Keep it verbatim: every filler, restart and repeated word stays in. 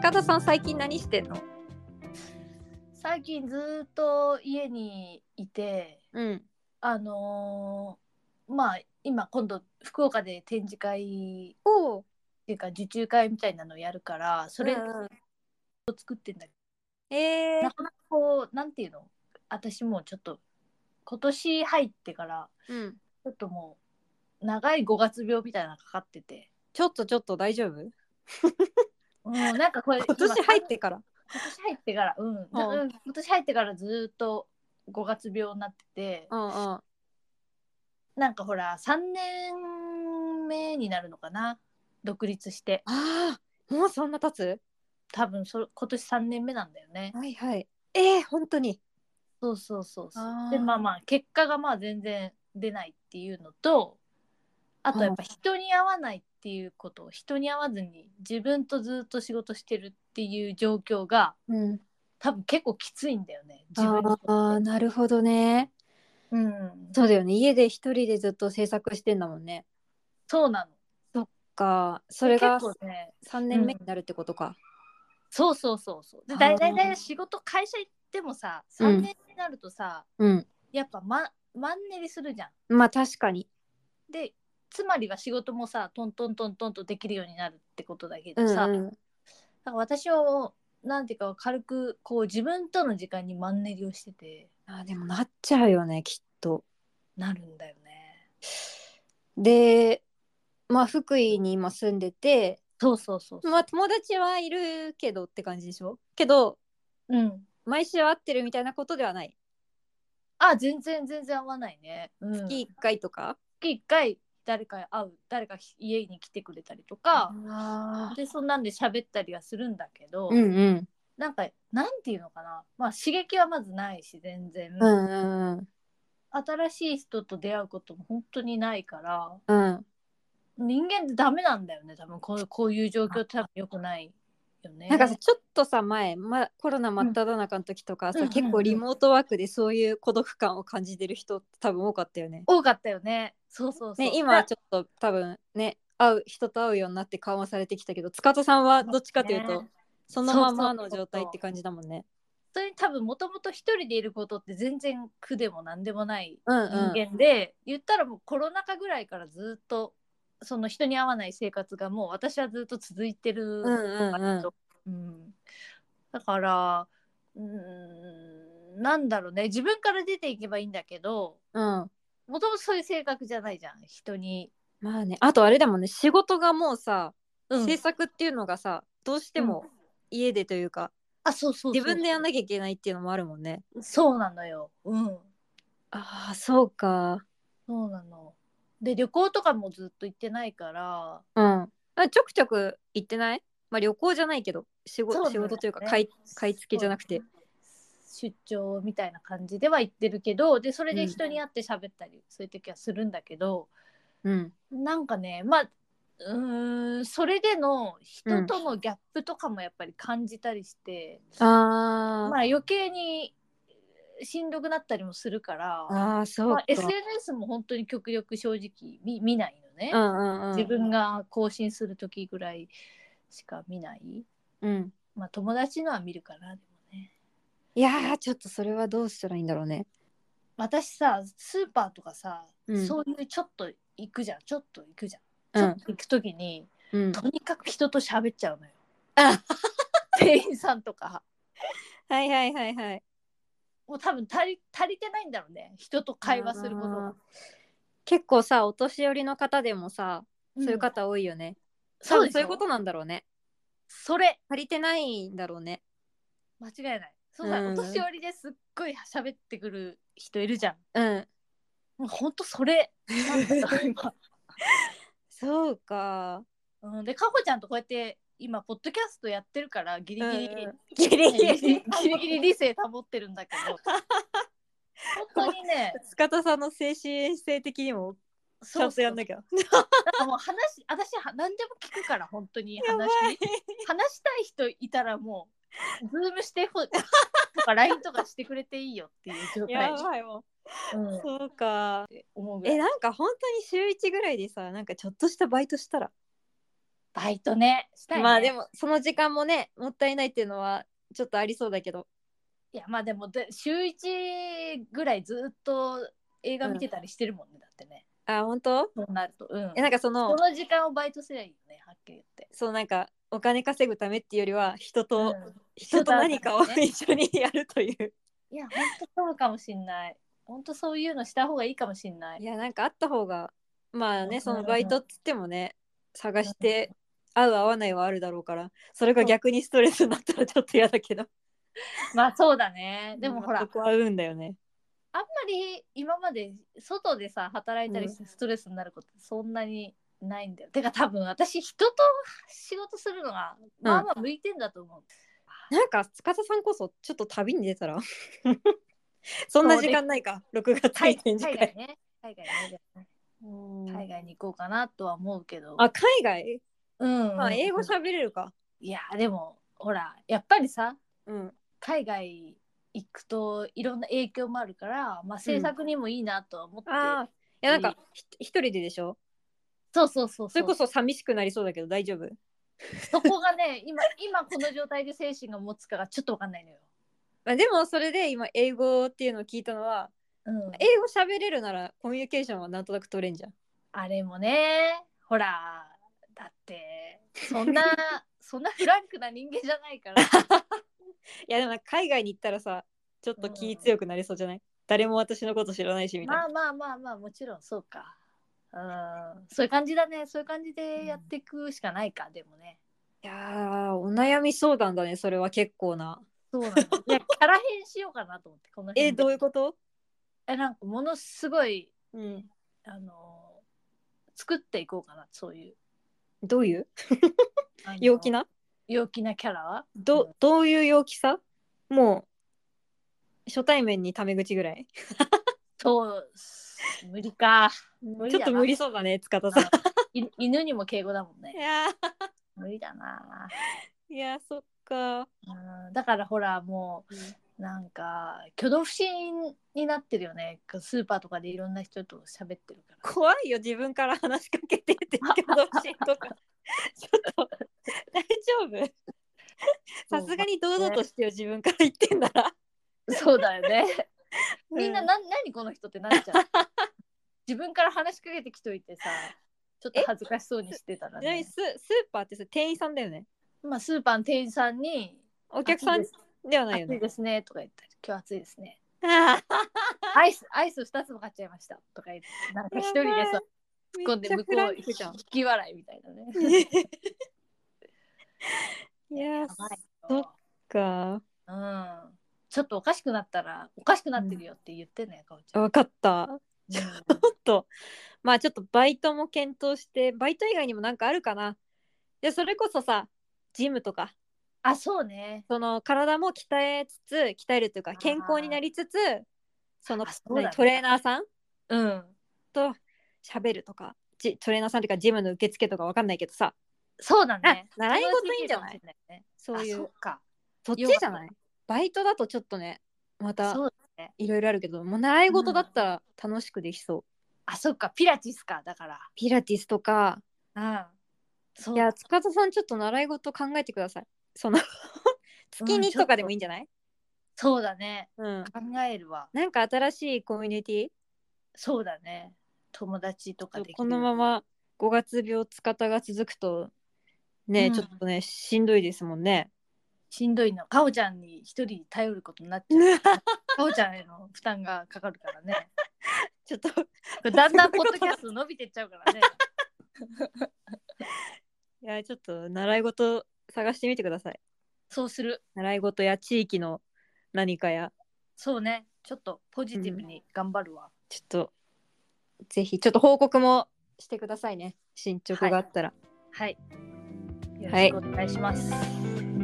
塚田さん最近何してんの？ 最近ずっと家にいて、 うん。 あのーまあ今今度福岡で展示会っおう。 ていうか受注会みたいなのをやるからそれをうんうん。 作ってんだけえー。 ど、なかなかこうなんていうの、私もうちょっと今年入ってからうん。 ちょっともう長いごがつ病みたいなのがかかってて、 ちょっとちょっと大丈夫？ うん、なんかこれ今年入ってから。 今年入ってからうんだかうんら今年入ってからずっとごがつ病になってて、 うんうん。 なんかほらさんねんめになるのかな、独立して。 ああ、もうそんな経つ？ 多分そ今年さんねんめなんだよね。 はいはい。えー、本当に。 そうそうそうそう。でまああまあ結果がまあ全然出ないっていうのと、ああ。はとやっぱ人に会わないっていうこと、人に会わずに自分とずっと仕事してるっていう状況がうん。 多分結構きついんだよね、自分にとああ、 って。 なるほどね。 うん、 そうだよね。家で一人でずっと制作してんだもんね。 そうなの。 そっか。そで結れが構ね、 3 うん、 年目になるってことか。 そうそうそうそう。でだいたいはあ。 仕事会社行ってもさ3 うん。 年になるとさ、 うん。 やっぱ、ま、マンネリするじゃん。 まあ確かに。 でつまりは仕事もさトントントントンとできるようになるってことだけうどさ、 んうん。 なんか私をなんていうか軽くこう自分との時間にマンネリをしてて、 あ、でもなっちゃうよね、きっと。 なるんだよね。 で、まあ福井に今住んでて、 そうそうそうそう。 まあ友達はいるけどって感じでしょ？けどうん。 毎週会ってるみたいなことではない。 あ、全然全然合わないね。うん。 月いっかいとか。 月いっかい誰か会う、誰か家に来てくれたりとあかあ。 で、そんなんで喋ったりはするんだけうど、 んうん。 なんかなんていうのかな、まあ刺激はまずないし全然、 うんうんうん。 新しい人と出会うことも本当にないから、 うん。 人間ってダメなんだよね、多分こうこういう状況って多分良くないよなんかさ、 ね。 ちょっとさ前、ま、コロナ真うんっ只中の時とかさ、 うん結うんうん、 構リモートワークでそういう孤独感を感じてる人って多分多かったよね。 多かったよね。そうそうね、 そう。だ今はちょっと多分ね、会う人と会うようになって緩和されてきたけど、塚田さんはどっちかというと、 ね、 そのまそうそうまの状態ってそう。 感じだもんね。 それに多分もともと一人でいることって全然苦でも何でもないうん人うん間で、言ったらもうコロナ禍ぐらいからずっとその人に会わない生活がもう私はずっと続いてるうんうんうん。 と、うん、だからうーんなんだろうね、自分から出ていけばいいんだけど、 うん。 もともとそういう性格じゃないじゃん人に。 まあね、あとあれだもんね、仕事がもうさ、制うん作っていうのがさ、どうしてうん、 も家でというか、 あ、そうそう自そうそ分でやんなきゃいけないっていうのもあるもんね。 う、そうなのよ。うん、 ああ、そうか。 そうなの。で旅行とかもずっと行ってないから、 うん。あ、ちょくちょく行ってない？まあ旅行じゃないけど、仕事、 そうなんだよ仕事というか買ね。 い、買い付けじゃなくて。 出張みたいな感じでは行ってるけど、でそれでうん。 人に会って喋ったりそういう時はするんだけど、 うん。 なんかね、まあうーんそれでの人うん。 とのギャップとかもやっぱり感じたりして、 あまあ余計にしんどくなったりもするから、 あ、ああ、そまあ、 うか。 エスエヌエス も本当に極力正直 見, 見ないのね。 うんうんうん。 自分が更新する時ぐらいしか見ない。 うん。 まあ友達のは見るかな、でもね。 いやー、ちょっとそれはどうしたらいいんだろうね。 私さスーパーとかさ、 うん。 そういうちょっと行くじゃんちょっと行くじゃんうん。 ちょっと行く時に、 うん。 とにかく人と喋っちゃうのよ。 あ、 店員さんとかはいはいはいはい。 もう多分足り足りてないんだろうね、人と会話することが。 あー、結構さ、お年寄りの方でもさ、そういううん、 方多いよね。多そうでしょ。 分そういうことなんだろうね。 それ足りてないんだろうね。 間違いない。そううさ、お年ん。 寄りですっごい喋ってくる人いるじゃん。 うん。 もうほんとそれなんだよ今。 そうか。 うん、でかほちゃんとこうやって今ポッドキャストやってるからギリギリ、 うんうん。ギリね、 ギリ。 ギリギリ理性保ってるんだけど、本当にね、 塚田さんの精神衛生的にもちゃそうそう、 んとやんなきゃ。やなんかもう話、私は何でも聞くから本当に話、 ばい。 話したい人いたらもうズームしてほとか ライン とかしてくれていいよっていう状態。 やばいもうん、 う。そうか。え、 思うぐらい。 なんか本当に週いちぐらいでさ、なんかちょっとしたバイトしたら。 バイトねしたいね。 まあでもその時間もねもったいないっていうのはちょっとありそうだけど。 いやまあでもで週いちぐらいずっと映画見てたりしてるもんね、うん、だってね。 あ本当？ そうなるとうん。 えなんかそのその時間をバイトすりゃいいよね、はっきり言って。 そうなんかお金稼ぐためっていうよりは人と、 うん、 人と何かをね、 一緒にやるという。 いや本当そうかもしんない。本当そういうのした方がいいかもしんない。 いやなんかあった方がまあね、 うん、 そのバイトっつってもね探して合う合わないはあるだろうから、それが逆にストレスになったらちょっと嫌だけど。 まあそうだね。でもほら、 そこは運だよね。 あんまり今まで外でさ働いたりしてストレスになることそんなにないんだよ。てか多分私人と仕事するのがまあまあ向いてんだと思う。 うん、なんか司さんこそちょっと旅に出たらそんな時間ないか。ろくがつに展示会。 海外ね。海外ね。海外に行こうかなとは思うけど。 あ、海外？ うん、うん。 まあ英語喋れるか。 いやでもほらやっぱりさ、 うん、 海外行くといろんな影響もあるから、まあ、制作にもいいなとは思って、うん、 ああ、いやなんか一人ででしょ。 そうそうそうそう。 それこそ寂しくなりそうだけど大丈夫？ そこがね今今この状態で精神が持つかがちょっと分かんないのよ。 まあでもそれで今英語っていうのを聞いたのは、うん、英語喋れるならコミュニケーションはなんとなく取れんじゃん。 あれもねほらだってそんなそんなフランクな人間じゃないから。いやでも海外に行ったらさちょっと気強くなりそうじゃない？うん、誰も私のこと知らないしみたいな。 まあまあまあまあもちろんそうか。うん、そういう感じだね。そういう感じでやっていくしかないか、うん、でもね。 いやお悩み相談だね、それは結構な。 そうなの。いや、キャラ変しようかなと思って、この辺で。 え、どういうこと？ え、なんかものすごい、 うん、 あの作っていこうかな、そういう。 どういう陽気な陽気なキャラど、うん、どういう陽気さ？もう初対面にタメ口ぐらい？ そう無理か。無理ちょっと無理そうだね、塚田さん。 犬にも敬語だもんね。 いや無理だな。 いやそっか。 うん、だからほらもう、うん、なんか挙動不審になってるよね。スーパーとかでいろんな人と喋ってるから。 怖いよ、自分から話しかけてって挙動不審とか。ちょっと大丈夫？さすがに堂々としてよ、自分から言ってんなら。 そうだよね。みんな、うん、な何この人ってなっちゃう。自分から話しかけてきといてさ、ちょっと恥ずかしそうにしてたらね。 ス, スーパーってさ店員さんだよね。 まあスーパーの店員さんにお客さんではないよね。 暑いですねとか言ったら今日暑いですね。アイスアイスふたつも買っちゃいましたとか言ってなんか一人でさ突っ込んで向こう引き笑いみたいなね。 いやそっか。 うん。ちょっとおかしくなったらおかしくなってるよって言ってね、かおちゃん。 分かった。ちょっとまあちょっとバイトも検討して、バイト以外にもなんかあるかな。でそれこそさジムとか。 あ、そうね。 その体も鍛えつつ鍛えるというか健康になりつつそのそ、ね、トレーナーさん、うん、と喋るとかトレーナーさんというかジムの受付とか分かんないけどさ。 そうだね。 習い事いいんじゃない？ね、そういう。そっか。そっちじゃない？バイトだとちょっとねまたいろいろあるけど、もう習い事だったら楽しくできそう。うん、 あ、そっか。ピラティスか。だからピラティスとか。 うん。 そう。いや塚田さんちょっと習い事考えてください。その月にとかでもいいんじゃない？うん、 そうだね、うん、考えるわ。 なんか新しいコミュニティ。 そうだね。友達とかできる。 このままごがつ病塚田が続くとね、うん、ちょっとねしんどいですもんね。 しんどいの。かおちゃんに一人頼ることになっちゃう。かおちゃんへの負担がかかるからね。ちょっとだんだんポッドキャスト伸びてっちゃうからね。 いやちょっと習い事探してみてください。 そうする。 習い事や地域の何かや。 そうね。ちょっとポジティブに頑張るわ。うん、 ちょっとぜひちょっと報告もしてくださいね。進捗があったら。 はい。はい、よろしくお願いします。 はい。